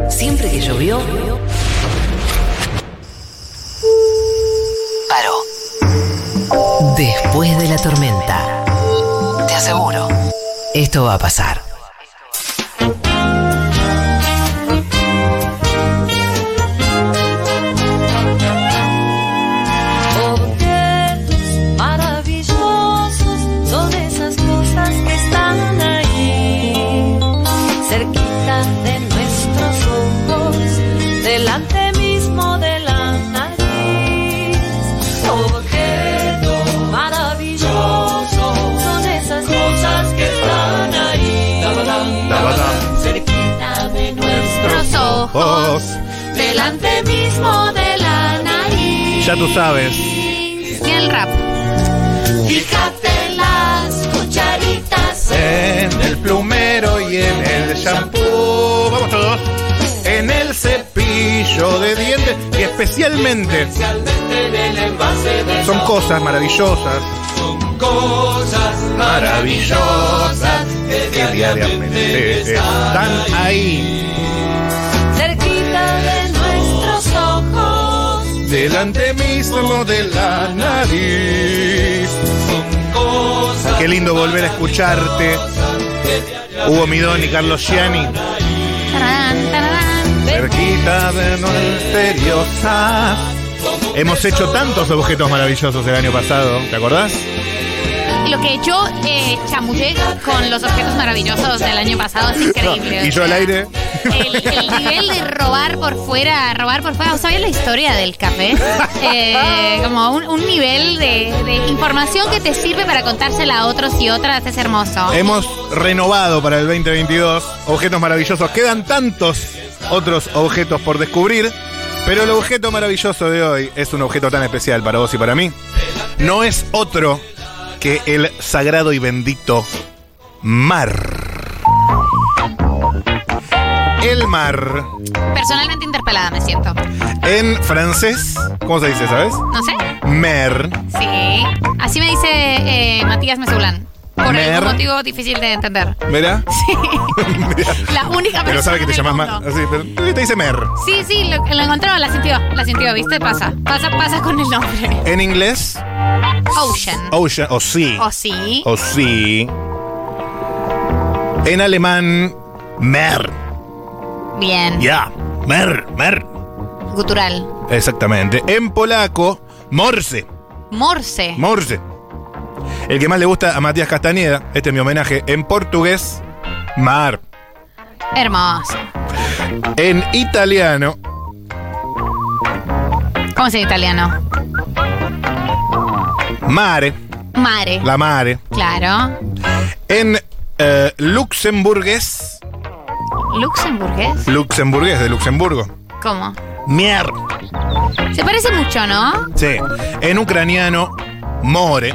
Siempre que llovió, paró. Después de la tormenta, te aseguro, esto va a pasar. Objetos maravillosos son esas cosas que están ahí, cerquita de nuestros ojos, delante mismo de la nariz. Objetos maravillosos son esas cosas que están ahí, cerquita de nuestros ojos, delante mismo de la nariz. Ya tú sabes. Y el rap. Fíjate en las cucharitas, En el plumero y en el shampoo. Vamos todos. En el cepillo de dientes. Y especialmente en el envase de son cosas maravillosas. cosas Maravillosas que diariamente están ahí. cerquita de nuestros ojos, Delante mismo de la nariz. cosas. Qué lindo volver a escucharte. Hugo Midón y Carlos Gianni. Tarán, tarán. Cerquita de misteriosas. Hemos hecho tantos objetos maravillosos el año pasado, ¿te acordás? Lo que yo chamullé con los objetos maravillosos del año pasado es increíble. Y yo al aire. El nivel de robar por fuera. ¿Sabías la historia del café? Como un nivel de información que te sirve para contársela a otros y otras. Es hermoso. Hemos renovado para el 2022 objetos maravillosos. Quedan tantos otros objetos por descubrir, pero el objeto maravilloso de hoy es un objeto tan especial para vos y para mí. No es otro que el sagrado y bendito mar. El mar. Personalmente interpelada me siento. En francés, ¿cómo se dice, sabes? No sé. Mer. Sí. Así me dice Matías Mesulán. Por Mer. algún motivo difícil de entender. ¿Verá? Sí. La única persona. Pero sabe que te del llamas mundo. más. Así, pero te dice mer. Sí, lo encontró, la sintió, ¿viste? Pasa con el nombre. En inglés, Ocean. ocean, o sí. O sí. O sí. En alemán, mer. Bien. Ya, mer. Gutural. Exactamente. En polaco, morse. Morse. El que más le gusta a Matías Castañeda, este es mi homenaje. En portugués, mar. Hermoso. En italiano, ¿Cómo se dice italiano? mare. Mare. La mare. Claro. En luxemburgués, ¿Luxemburgués? de Luxemburgo, ¿Cómo? mier. Se parece mucho, ¿no? Sí. En ucraniano, more.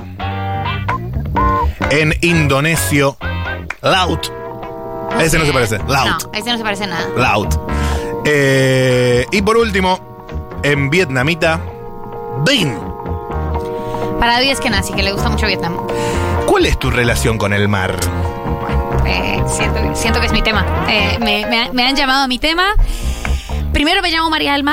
En indonesio, laut. Ese no se parece. Laut. No, ese no se parece a nada. Laut. Y por último, en vietnamita, Binh. Para David Eskenazi, que le gusta mucho Vietnam. ¿Cuál es tu relación con el mar? Siento que es mi tema. Me han llamado a mi tema. Primero me llamo María del Mar.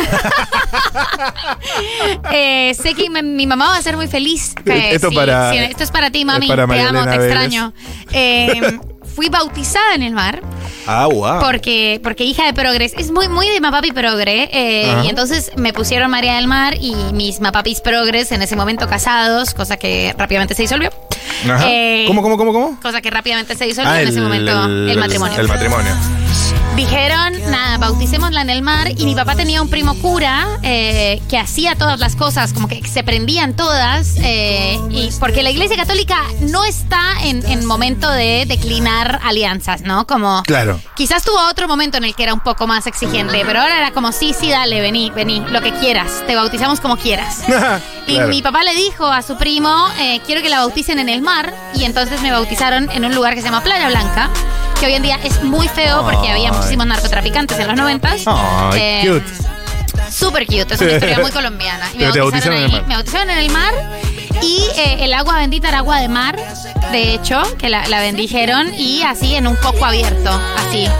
Sé que mi mamá va a ser muy feliz. Esto es para ti, mami. es para Te María amo, Elena te Vélez. extraño. Fui bautizada en el mar. Ah, wow. Porque hija de progres. Es muy de mapapi progre. Y entonces me pusieron María del Mar y mis mapapis progres en ese momento casados, cosa que rápidamente se disolvió. Ajá. ¿Cómo? Cosa que rápidamente se disolvió en ese momento el matrimonio. El matrimonio. Dijeron, nada, bauticémosla en el mar. Y mi papá tenía un primo cura que hacía todas las cosas, como que se prendían todas. Y porque la Iglesia Católica no está en momento de declinar alianzas, ¿no? Como Claro. quizás tuvo otro momento en el que era un poco más exigente, pero ahora era como, sí, dale, vení, lo que quieras. Te bautizamos como quieras. Y Claro. mi papá le dijo a su primo, quiero que la bauticen en el mar. Y entonces me bautizaron en un lugar que se llama Playa Blanca, que hoy en día es muy feo porque había muchísimos narcotraficantes en los 90s. Ay, cute. Súper cute, es una historia muy colombiana. Y Pero te bautizaron en el mar. Me bautizaron en el mar y el agua bendita era agua de mar, de hecho, que la bendijeron y así en un coco abierto, así.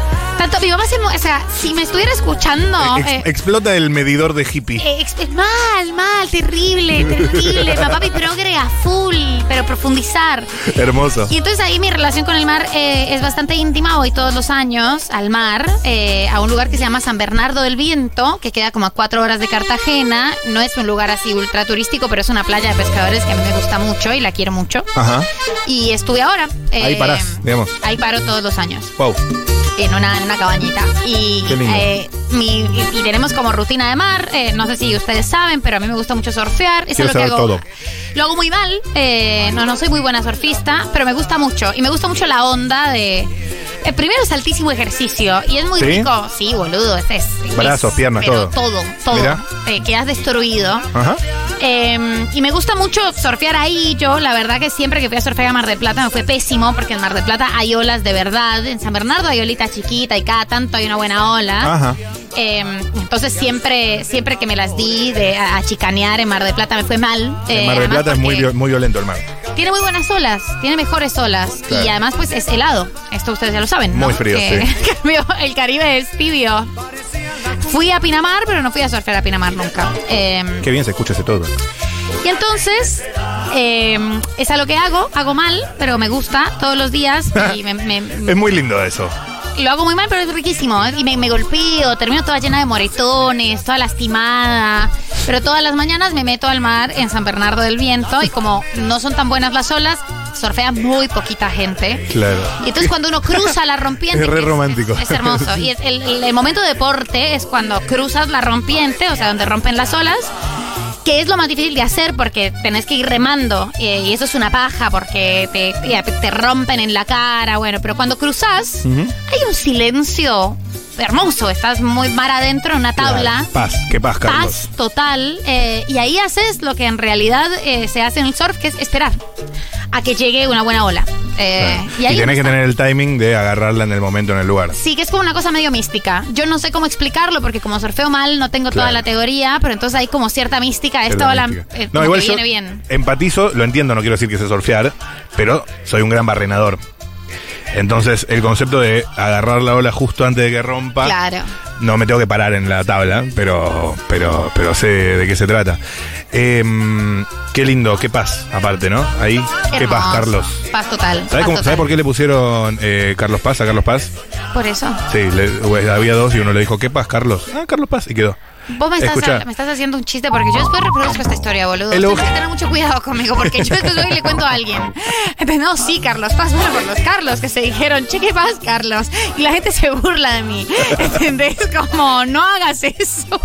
encantó. Mi mamá o sea, si me estuviera escuchando... Explota el medidor de hippie. Mal, terrible. Mi papá mi progre a full, pero profundizar. Hermoso. Y entonces ahí mi relación con el mar es bastante íntima. Voy todos los años al mar, a un lugar que se llama San Bernardo del Viento, que queda como a 4 horas de Cartagena. No es un lugar así ultra turístico, pero es una playa de pescadores que a mí me gusta mucho y la quiero mucho. Ajá. Y estuve ahora. Ahí parás, digamos. Ahí paro todos los años. Wow. En una cabañita. Y, qué lindo. Y tenemos como rutina de mar. No sé si ustedes saben, pero a mí me gusta mucho surfear. Eso Quiero es lo que saber hago. todo. Lo hago muy mal. No soy muy buena surfista, pero me gusta mucho. Y me gusta mucho la onda de... primero es altísimo ejercicio. Y es muy rico. Sí, boludo. Brazos, piernas, pero todo. Todo. Quedas destruido. Ajá. Y me gusta mucho surfear ahí. Yo, la verdad que siempre que fui a surfear a Mar del Plata me fue pésimo, porque en Mar del Plata hay olas de verdad. En San Bernardo hay olita chiquita y cada tanto hay una buena ola. Ajá. Entonces siempre que me las di a chicanear en Mar del Plata me fue mal. En Mar del Plata es muy violento el mar. Tiene muy buenas olas, tiene mejores olas. Claro. Y además pues es helado. Esto ustedes ya lo saben, ¿no? Muy frío, sí. El Caribe es tibio. Fui a Pinamar, pero no fui a surfear a Pinamar nunca. Qué bien se escucha ese todo. Y entonces, es a lo que hago mal, pero me gusta todos los días. Y es muy lindo eso. Lo hago muy mal, pero es riquísimo. Y me golpeo, termino toda llena de moretones, toda lastimada. Pero todas las mañanas me meto al mar en San Bernardo del Viento y como no son tan buenas las olas, surfea muy poquita gente. Claro. Y entonces cuando uno cruza la rompiente... Es re romántico. Es hermoso. Y el momento de deporte es cuando cruzas la rompiente, o sea, donde rompen las olas, que es lo más difícil de hacer porque tenés que ir remando y eso es una paja porque te rompen en la cara, bueno, pero cuando cruzás hay un silencio hermoso, estás muy mar adentro en una tabla. Paz, qué paz, Carlos. Paz total, y ahí haces lo que en realidad se hace en el surf, que es esperar a que llegue una buena ola. Y tenés que tener el timing de agarrarla en el momento, en el lugar. Sí, que es como una cosa medio mística. Yo no sé cómo explicarlo porque como surfeo mal no tengo toda la teoría, pero entonces hay como cierta mística. Esta ola no, igual viene bien. Empatizo, lo entiendo, no quiero decir que sé surfear, pero soy un gran barrenador. Entonces el concepto de agarrar la ola justo antes de que rompa, claro. No me tengo que parar en la tabla, pero sé de qué se trata. Qué lindo, qué paz, aparte, ¿no? Ahí, hermoso. Qué paz, Carlos. Paz total. ¿Sabes por qué le pusieron Carlos Paz a Carlos Paz? Por eso. Sí, había dos y uno le dijo, ¿qué paz, Carlos? Carlos Paz, y quedó. Vos me estás haciendo un chiste porque yo después reproduzco esta historia, boludo. Tienes que tener mucho cuidado conmigo porque yo después hoy le cuento a alguien. No, sí, Carlos Paz, bueno, por los Carlos que se dijeron, che, ¿qué paz, Carlos? Y la gente se burla de mí. ¿Entendés? Como, no hagas eso.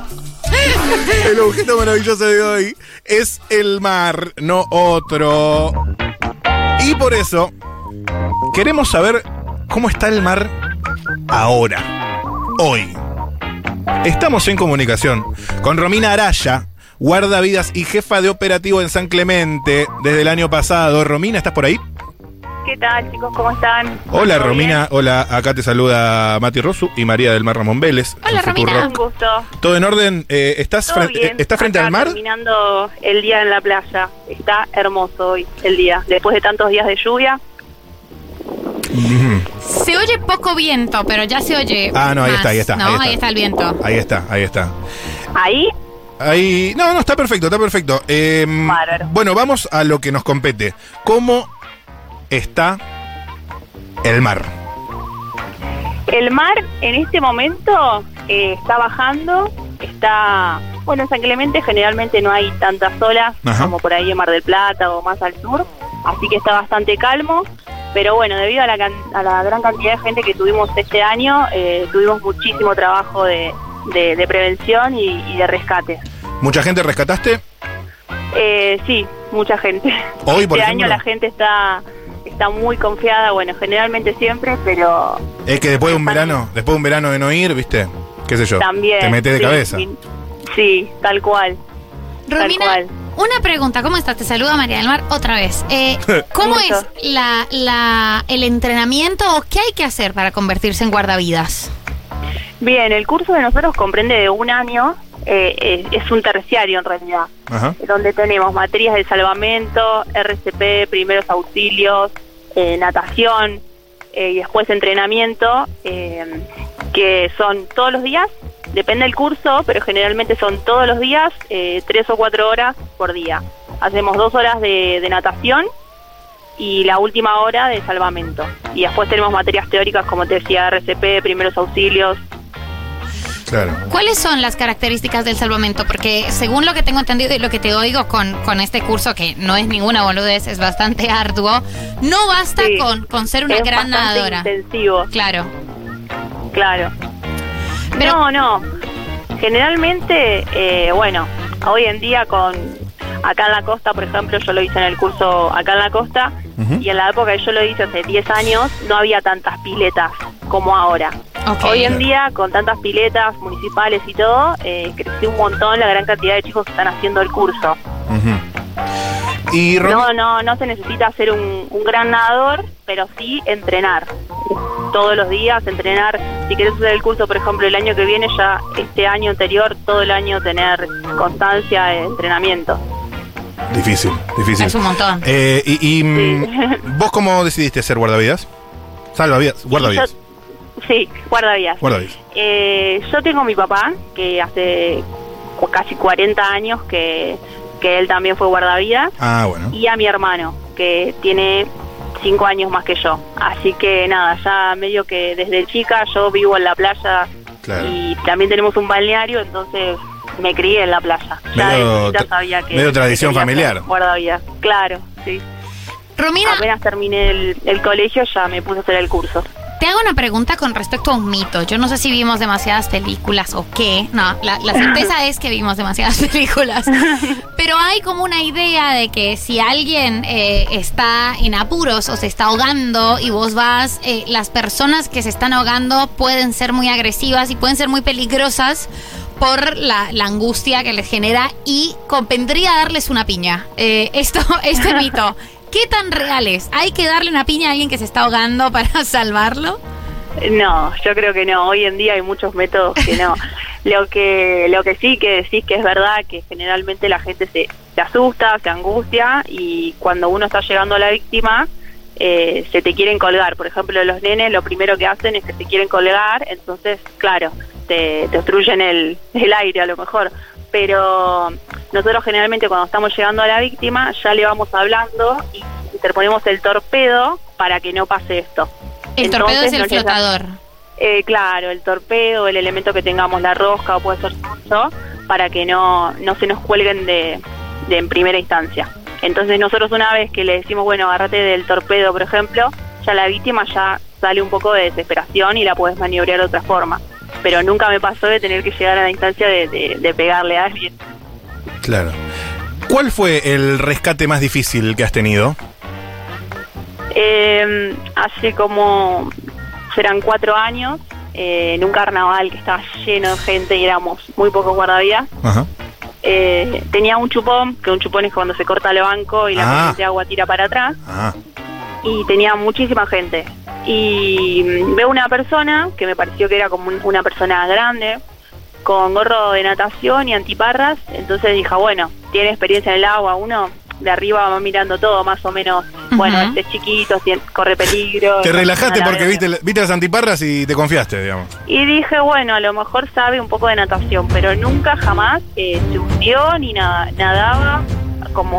El objeto maravilloso de hoy es el mar, no otro. Y por eso queremos saber cómo está el mar ahora, hoy. Estamos en comunicación con Romina Araya, guardavidas y jefa de operativo en San Clemente desde el año pasado. Romina, ¿estás por ahí? ¿Qué tal, chicos? ¿Cómo están? Hola, Romina. Bien? Hola, acá te saluda Mati Rosu y María del Mar Ramón Vélez. Hola, Romina. Un gusto. ¿Todo en orden? ¿Estás frente al mar? Terminando el día en la playa. Está hermoso hoy el día. Después de tantos días de lluvia. Se oye poco viento, pero ya se oye. Ah, no, ahí está. No, ahí está el viento. Ahí está. ¿Ahí? Ahí. No, está perfecto. Bueno, vamos a lo que nos compete. ¿Cómo está el mar? El mar en este momento está bajando. Bueno, en San Clemente generalmente no hay tantas olas como por ahí en Mar del Plata o más al sur. Así que está bastante calmo. Pero bueno, debido a la gran cantidad de gente que tuvimos este año, tuvimos muchísimo trabajo de prevención y de rescate. ¿Mucha gente rescataste? Sí, mucha gente. Hoy, por este ejemplo, año la gente está muy confiada, bueno, generalmente siempre, pero... Es que después de un verano de no ir, ¿viste? ¿Qué sé yo? También. Te metés de cabeza. Sí, tal cual. Romina, una pregunta, ¿cómo estás? Te saluda María del Mar otra vez. ¿Cómo es el entrenamiento o qué hay que hacer para convertirse en guardavidas? Bien, el curso de nosotros comprende de un año, es un terciario en realidad, donde tenemos materias de salvamento, RCP, primeros auxilios, natación, y después entrenamiento, que son todos los días, depende del curso, pero generalmente son todos los días, 3 o 4 horas por día. Hacemos 2 horas de natación y la última hora de salvamento. Y después tenemos materias teóricas, como te decía, RCP, primeros auxilios. Claro. ¿Cuáles son las características del salvamento? Porque según lo que tengo entendido y lo que te oigo con este curso, que no es ninguna boludez, es bastante arduo, no basta con ser una gran nadadora. Es intensivo. Claro. Pero no. Generalmente, hoy en día acá en la costa, por ejemplo, yo lo hice en el curso acá en la costa, y en la época que yo lo hice hace 10 años, no había tantas piletas como ahora. Okay. Hoy en día, con tantas piletas municipales y todo, creció un montón la gran cantidad de chicos que están haciendo el curso. Y no se necesita ser un gran nadador, pero sí entrenar. Todos los días entrenar. Si querés hacer el curso, por ejemplo, el año que viene, ya este año anterior, todo el año tener constancia de entrenamiento. Difícil. Es un montón. ¿Vos cómo decidiste ser guardavidas? Guardavidas. Sí, guardavidas. Yo tengo a mi papá, que hace casi 40 años que él también fue guardavidas. Bueno. Y a mi hermano, que tiene 5 años más que yo. Así que nada, ya medio que desde chica yo vivo en la playa. Claro. Y también tenemos un balneario, entonces me crié en la playa. Ya sabía que medio tradición familiar. Guardavidas, claro, sí. Romina, apenas terminé el colegio ya me puse a hacer el curso. te hago una pregunta con respecto a un mito. Yo no sé si vimos demasiadas películas o qué. No, la certeza es que vimos demasiadas películas. Pero hay como una idea de que si alguien está en apuros o se está ahogando y vos vas, las personas que se están ahogando pueden ser muy agresivas y pueden ser muy peligrosas por la angustia que les genera y convendría darles una piña. Este mito, ¿qué tan real es? ¿Hay que darle una piña a alguien que se está ahogando para salvarlo? No, yo creo que no. Hoy en día hay muchos métodos que no. Lo que sí que decís que es verdad, que generalmente la gente se asusta, se angustia, y cuando uno está llegando a la víctima, se te quieren colgar. Por ejemplo, los nenes lo primero que hacen es que se quieren colgar, entonces, claro, te obstruyen el aire a lo mejor. Pero nosotros generalmente cuando estamos llegando a la víctima ya le vamos hablando y interponemos el torpedo para que no pase esto. El torpedo es el flotador. Claro, el torpedo, el elemento que tengamos, la rosca o puede ser suyo, para que no se nos cuelguen de en primera instancia. Entonces nosotros una vez que le decimos, bueno, agárrate del torpedo, por ejemplo, ya la víctima ya sale un poco de desesperación y la puedes maniobrar de otra forma. Pero nunca me pasó de tener que llegar a la instancia de pegarle a alguien. Claro. ¿Cuál fue el rescate más difícil que has tenido? Hace como serán 4 años, en un carnaval que estaba lleno de gente y éramos muy pocos guardavidas. Ajá. Tenía un chupón, que un chupón es cuando se corta el banco y la corriente de agua tira para atrás. Y tenía muchísima gente. Y veo una persona que me pareció que era como una persona grande, con gorro de natación y antiparras. Entonces dije, bueno, tiene experiencia en el agua, uno de arriba va mirando todo más o menos. Bueno, este es chiquito, corre peligro. Te relajaste porque viste las antiparras y te confiaste, digamos. Y dije, bueno, a lo mejor sabe un poco de natación, pero nunca jamás se hundió ni nada, nadaba como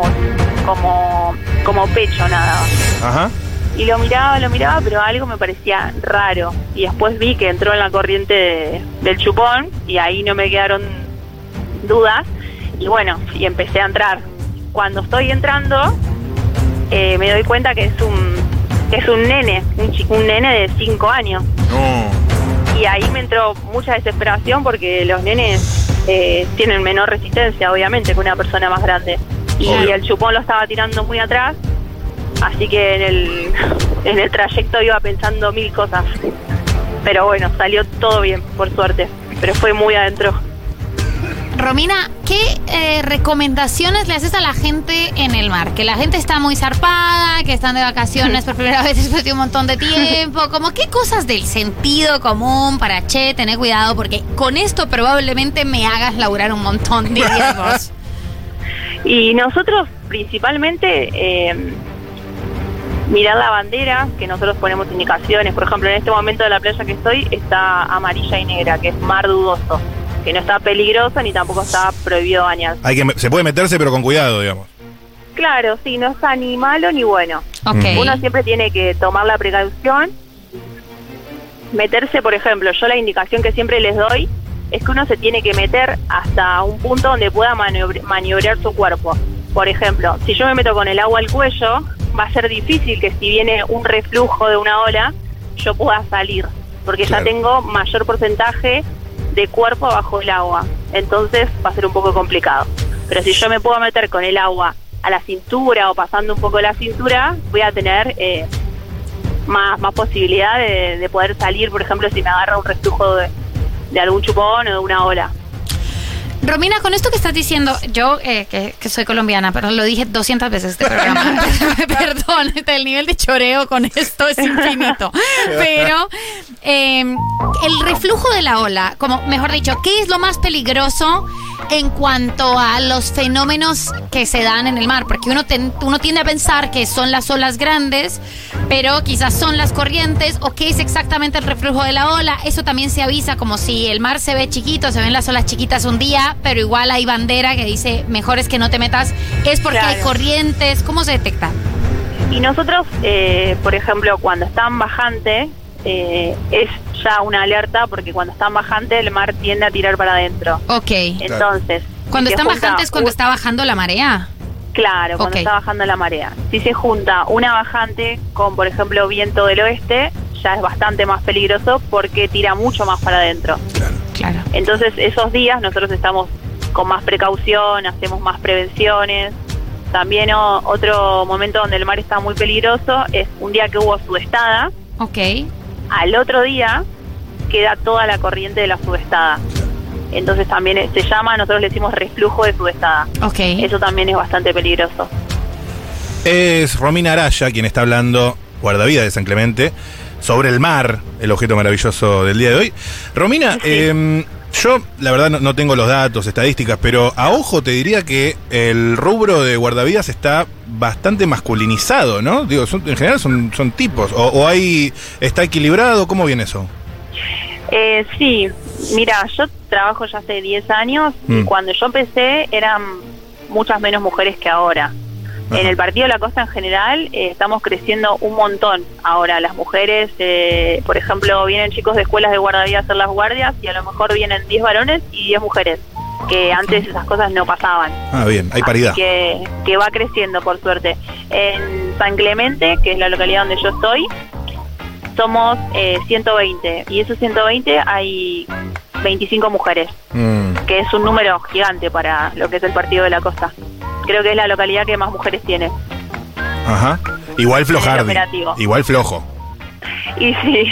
pecho nadaba. Ajá. Y lo miraba, pero algo me parecía raro. Y después vi que entró en la corriente del chupón y ahí no me quedaron dudas. Y bueno, y empecé a entrar. Cuando estoy entrando, me doy cuenta que es un nene, un nene de 5 años. No. Y ahí me entró mucha desesperación porque los nenes tienen menor resistencia, obviamente, que una persona más grande. Y el chupón lo estaba tirando muy atrás. Así que en el trayecto iba pensando 1000 cosas. Pero bueno, salió todo bien, por suerte. Pero fue muy adentro. Romina, ¿qué recomendaciones le haces a la gente en el mar? Que la gente está muy zarpada, que están de vacaciones por primera vez después de un montón de tiempo. Como qué cosas del sentido común para, tener cuidado, porque con esto probablemente me hagas laburar un montón de riesgos. Y nosotros principalmente Mirar la bandera, que nosotros ponemos indicaciones. Por ejemplo, en este momento de la playa que estoy está amarilla y negra, que es mar dudoso, que no está peligroso ni tampoco está prohibido bañarse. Se puede meterse, pero con cuidado, digamos. Claro, sí, no está ni malo ni bueno. Okay. Uno siempre tiene que tomar la precaución. Meterse, por ejemplo, yo la indicación que siempre les doy es que uno se tiene que meter hasta un punto donde pueda maniobrar su cuerpo. Por ejemplo, si yo me meto con el agua al cuello, va a ser difícil que si viene un reflujo de una ola, yo pueda salir, porque claro, ya tengo mayor porcentaje de cuerpo bajo el agua. Entonces va a ser un poco complicado. Pero si yo me puedo meter con el agua a la cintura o pasando un poco la cintura, voy a tener más posibilidad de poder salir, por ejemplo, si me agarra un reflujo de algún chupón o de una ola. Romina, con esto que estás diciendo, yo que soy colombiana, pero lo dije 200 veces este programa. Perdón, el nivel de choreo con esto es infinito. Pero el reflujo de la ola, como mejor dicho, ¿qué es lo más peligroso en cuanto a los fenómenos que se dan en el mar? Porque uno tiende a pensar que son las olas grandes, pero quizás son las corrientes, o qué es exactamente el reflujo de la ola. Eso también se avisa, como si el mar se ve chiquito, se ven las olas chiquitas un día, pero igual hay bandera que dice mejor es que no te metas, es porque claro, hay corrientes. ¿Cómo se detecta? Y nosotros, por ejemplo, cuando están bajante, es ya una alerta, porque cuando están bajante el mar tiende a tirar para adentro. Ok. Entonces, Cuando si están se junta bajantes, cuando está bajando la marea. Claro, cuando Ok. está bajando la marea. Si se junta una bajante con, por ejemplo, viento del oeste, ya es bastante más peligroso porque tira mucho más para adentro. Claro. Entonces, esos días nosotros estamos con más precaución, hacemos más prevenciones. También otro momento donde el mar está muy peligroso es un día que hubo sudestada. Ok. Al otro día queda toda la corriente de la sudestada. Entonces también se llama, nosotros le decimos reflujo de sudestada. Ok. Eso también es bastante peligroso. Es Romina Araya quien está hablando, guardavidas de San Clemente, sobre el mar, el objeto maravilloso del día de hoy. Romina, Sí. yo la verdad no tengo los datos, estadísticas, pero a ojo te diría que el rubro de guardavidas está bastante masculinizado, ¿no? Digo, en general son tipos, o está equilibrado, ¿cómo viene eso? Sí, mira, yo trabajo ya hace 10 años y cuando yo empecé eran muchas menos mujeres que ahora. Ajá. En el Partido de la Costa en general estamos creciendo un montón. Ahora las mujeres, por ejemplo, vienen chicos de escuelas de guardavidas a hacer las guardias y a lo mejor vienen 10 varones y 10 mujeres, que antes esas cosas no pasaban. Ah, bien, hay paridad. Así que va creciendo, por suerte. En San Clemente, que es la localidad donde yo estoy, somos 120 y esos 120 hay 25 mujeres, que es un número gigante para lo que es el Partido de la Costa. Creo que es la localidad que más mujeres tiene. Ajá. Igual flojardi. operativo. Igual flojo. Y sí.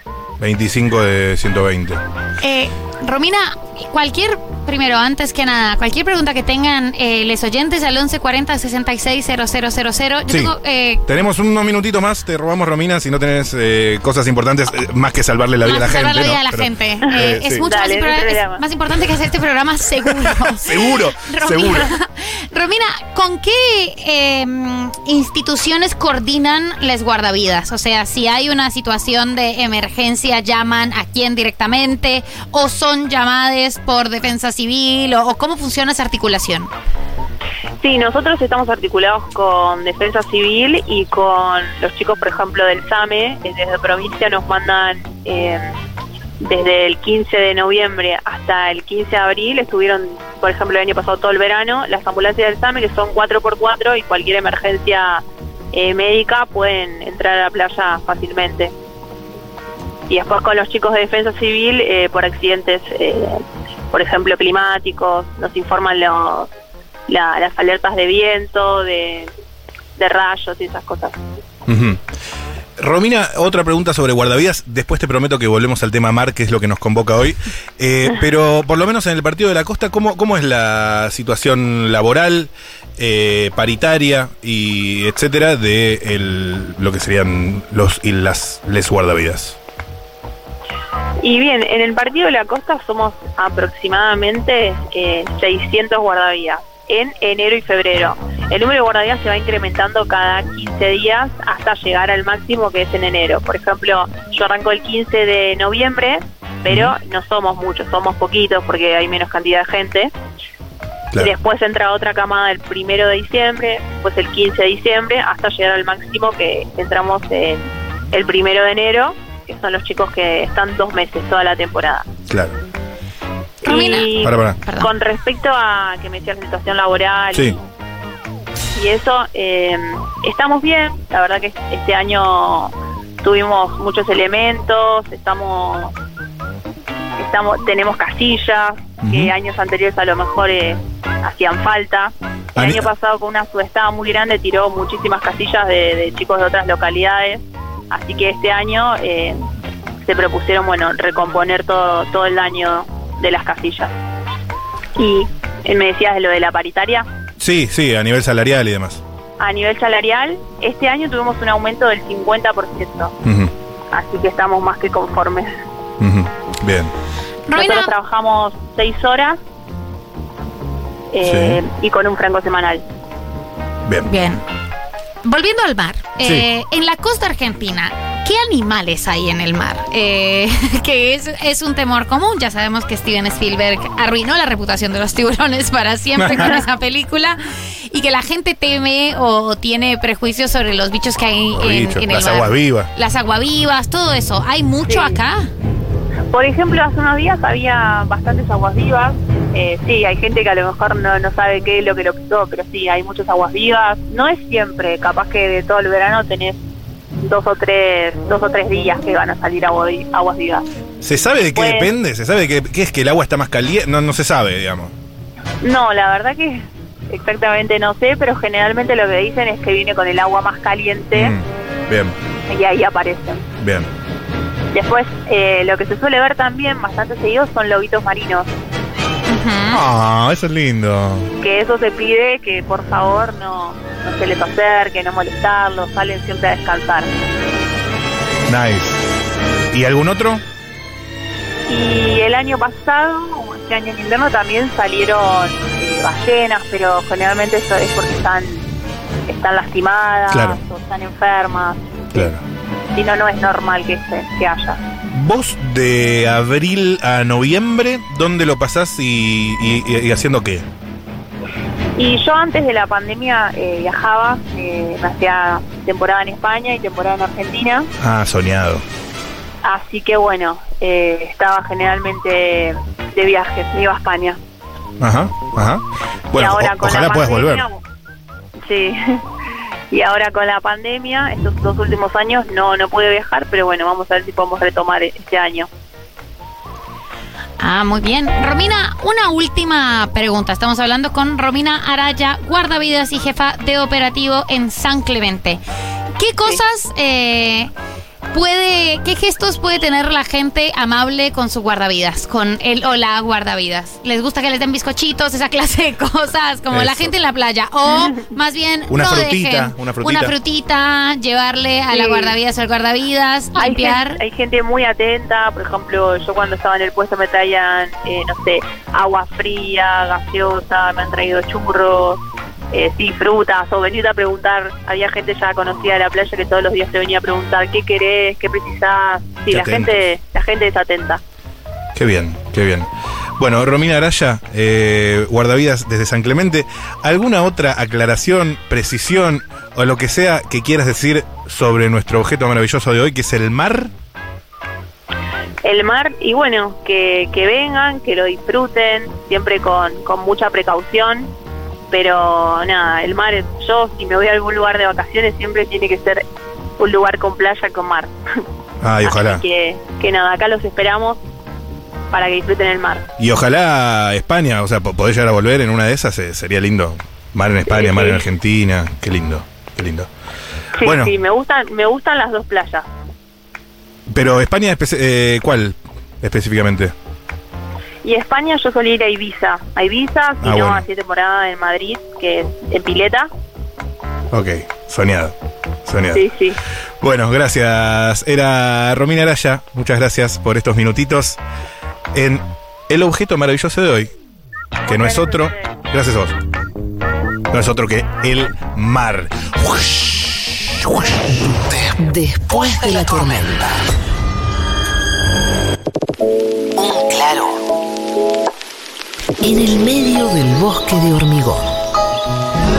25 de 120. Romina, primero, antes que nada, cualquier pregunta que tengan les oyentes al 1140-660000. Yo Sí. tengo, Tenemos unos minutitos más, te robamos, Romina, si no tenés cosas importantes, más que salvarle la vida a la gente. salvar la vida ¿no? a la Pero, gente. Es sí. mucho Dale, no hay problema. es más importante que hacer este programa seguro. Seguro, seguro. Romina, ¿con qué instituciones coordinan las guardavidas? O sea, si hay una situación de emergencia, ¿llaman a quién directamente? ¿O son llamadas por Defensa Civil? ¿O cómo funciona esa articulación? Sí, nosotros estamos articulados con Defensa Civil y con los chicos, por ejemplo, del SAME. Desde provincia nos mandan desde el 15 de noviembre hasta el 15 de abril. Estuvieron, por ejemplo, el año pasado todo el verano, las ambulancias del SAME, que son 4x4 y cualquier emergencia médica pueden entrar a la playa fácilmente. Y después con los chicos de Defensa Civil por accidentes, por ejemplo, climáticos, nos informan las alertas de viento, de rayos y esas cosas. Uh-huh. Romina, otra pregunta sobre guardavidas. Después te prometo que volvemos al tema mar, que es lo que nos convoca hoy. Pero por lo menos en el Partido de la Costa, ¿cómo es la situación laboral, paritaria y etcétera de lo que serían les guardavidas? Y bien, en el Partido de la Costa somos aproximadamente 600 guardavidas en enero y febrero. el número de guardavidas se va incrementando cada 15 días hasta llegar al máximo, que es en enero. Por ejemplo, yo arranco el 15 de noviembre, pero no somos muchos, somos poquitos porque hay menos cantidad de gente. Claro. Y después entra otra camada el 1 de diciembre, después el 15 de diciembre, hasta llegar al máximo, que entramos en el 1 de enero, que son los chicos que están 2 meses toda la temporada. Claro. Y Para. con respecto a que me decías la situación laboral Sí. y eso, estamos bien. La verdad que este año tuvimos muchos elementos, tenemos casillas que años anteriores a lo mejor hacían falta. El año pasado, con una subestada muy grande, tiró muchísimas casillas de chicos de otras localidades, así que este año se propusieron, recomponer todo el daño de las casillas. Y me decías de lo de la paritaria. Sí, a nivel salarial y demás. A nivel salarial, este año tuvimos un aumento del 50%, así que estamos más que conformes. Bien. Nosotros trabajamos 6 horas y con un franco semanal. Bien. Volviendo al mar, Sí. en la costa argentina, ¿qué animales hay en el mar? Que es un temor común. Ya sabemos que Steven Spielberg arruinó la reputación de los tiburones para siempre con esa película, y que la gente teme o tiene prejuicios sobre los bichos que hay en el las mar. aguavivas. Las aguavivas, todo eso. ¿Hay mucho acá? Por ejemplo, hace unos días había bastantes aguas vivas. Sí, hay gente que a lo mejor no sabe qué es lo que lo pisó, pero sí, hay muchas aguas vivas. No es siempre, capaz que de todo el verano tenés 2 o 3 días que van a salir aguas vivas. ¿Se sabe de qué depende? ¿Se sabe qué es que el agua está más caliente? No se sabe, digamos. No, la verdad que exactamente no sé, pero generalmente lo que dicen es que viene con el agua más caliente. Bien. Y ahí aparecen. Bien. Después, lo que se suele ver también bastante seguido son lobitos marinos. Eso es lindo. Que eso se pide que por favor no se les acerque, no molestarlos, salen siempre a descansar. Nice. ¿Y algún otro? Y el año pasado, o este año en invierno, también salieron ballenas, pero generalmente eso es porque están lastimadas, Claro. o están enfermas. Claro. Si no, no es normal que haya. ¿Vos de abril a noviembre, dónde lo pasás y haciendo qué? Y yo antes de la pandemia viajaba, me hacía temporada en España y temporada en Argentina. Soñado. Así que estaba generalmente de viaje, me iba a España. Ajá. Bueno, y ahora con ojalá la puedas volver. Sí. Y ahora con la pandemia, estos 2 últimos años no pude viajar, pero vamos a ver si podemos retomar este año. Muy bien. Romina, una última pregunta. Estamos hablando con Romina Araya, guardavidas y jefa de operativo en San Clemente. ¿Qué cosas qué gestos puede tener la gente amable con su guardavidas, con el o la guardavidas? ¿Les gusta que les den bizcochitos, esa clase de cosas, como la gente en la playa? O más bien, una frutita, llevarle a la guardavidas o al guardavidas, limpiar. Hay gente muy atenta. Por ejemplo, yo cuando estaba en el puesto me traían, agua fría, gaseosa, me han traído churros, frutas, o venir a preguntar. Había gente ya conocida de la playa que todos los días te venía a preguntar qué querés, qué precisás. Sí, la gente es atenta. Qué bien. Bueno, Romina Araya, guardavidas desde San Clemente. ¿Alguna otra aclaración, precisión o lo que sea que quieras decir sobre nuestro objeto maravilloso de hoy, que es el mar? El mar, y que vengan, que lo disfruten, siempre con mucha precaución. Pero nada, el mar, yo si me voy a algún lugar de vacaciones siempre tiene que ser un lugar con playa, con mar. Y ojalá. Así que nada, acá los esperamos para que disfruten el mar. Y ojalá España, o sea, poder llegar a volver en una de esas, sería lindo. Mar en España, mar en Argentina, qué lindo. Sí, bueno. Sí, me gustan las 2 playas. Pero España, ¿cuál específicamente? Y España yo solía ir a Ibiza, si no hacía temporada en Madrid, que es en pileta. Ok, soñado. Sí. Bueno, gracias. Era Romina Araya, muchas gracias por estos minutitos en el objeto maravilloso de hoy, que no es otro. Gracias a vos. no es otro que el mar. Después de la tormenta. Un claro. En el medio del bosque de hormigón.